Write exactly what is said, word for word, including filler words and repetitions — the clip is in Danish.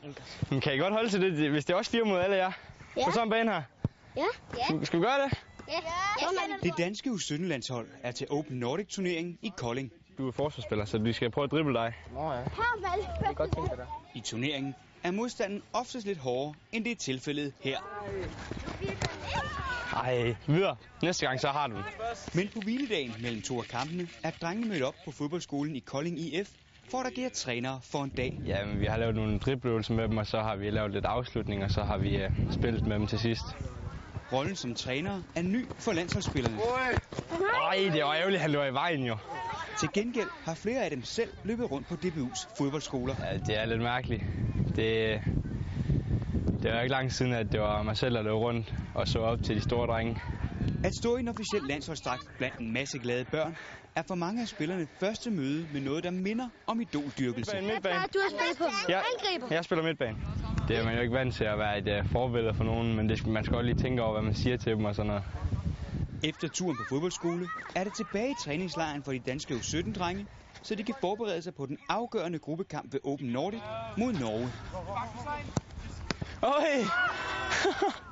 Men kan I godt holde til det, hvis det er også fire mod alle jer? Ja. På sådan en bane her? Ja. Skal, skal vi gøre det? Ja. Det danske U sytten landshold er til Open Nordic turneringen i Kolding. Du er forsvarsspiller, så vi skal prøve at drible dig. Nå ja, det er godt tænkt dig der. I turneringen er modstanden oftest lidt hårdere, end det er tilfældet her. Ej, videre. Næste gang så har du den. Men på hviledagen mellem to af kampene er drengene mødt op på fodboldskolen i Kolding I F for at agere trænere for en dag. Ja, men vi har lavet nogle dribleøvelser med dem, og så har vi lavet lidt afslutning, og så har vi uh, spillet med dem til sidst. Rollen som træner er ny for landsholdsspillerne. Ej, det var ærgerligt, han løber i vejen jo. Til gengæld har flere af dem selv løbet rundt på D B U's fodboldskoler. Ja, det er lidt mærkeligt. Det, det var ikke lang siden, at det var mig selv, der løb rundt og så op til de store drenge. At stå i en officiel landsholdsdragt blandt en masse glade børn, er for mange af spillerne første møde med noget, der minder om idoldyrkelse. Midtbane, midtbane. Du har spillet på Ja, angriber. jeg spiller midtbane. Det er man jo ikke vant til at være et uh, forbillede for nogen, men det, man skal også lige tænke over, hvad man siger til dem og sådan noget. Efter turen på fodboldskole er det tilbage i træningslejren for de danske U sytten-drenge, så de kan forberede sig på den afgørende gruppekamp ved Open Nordic mod Norge. Oj!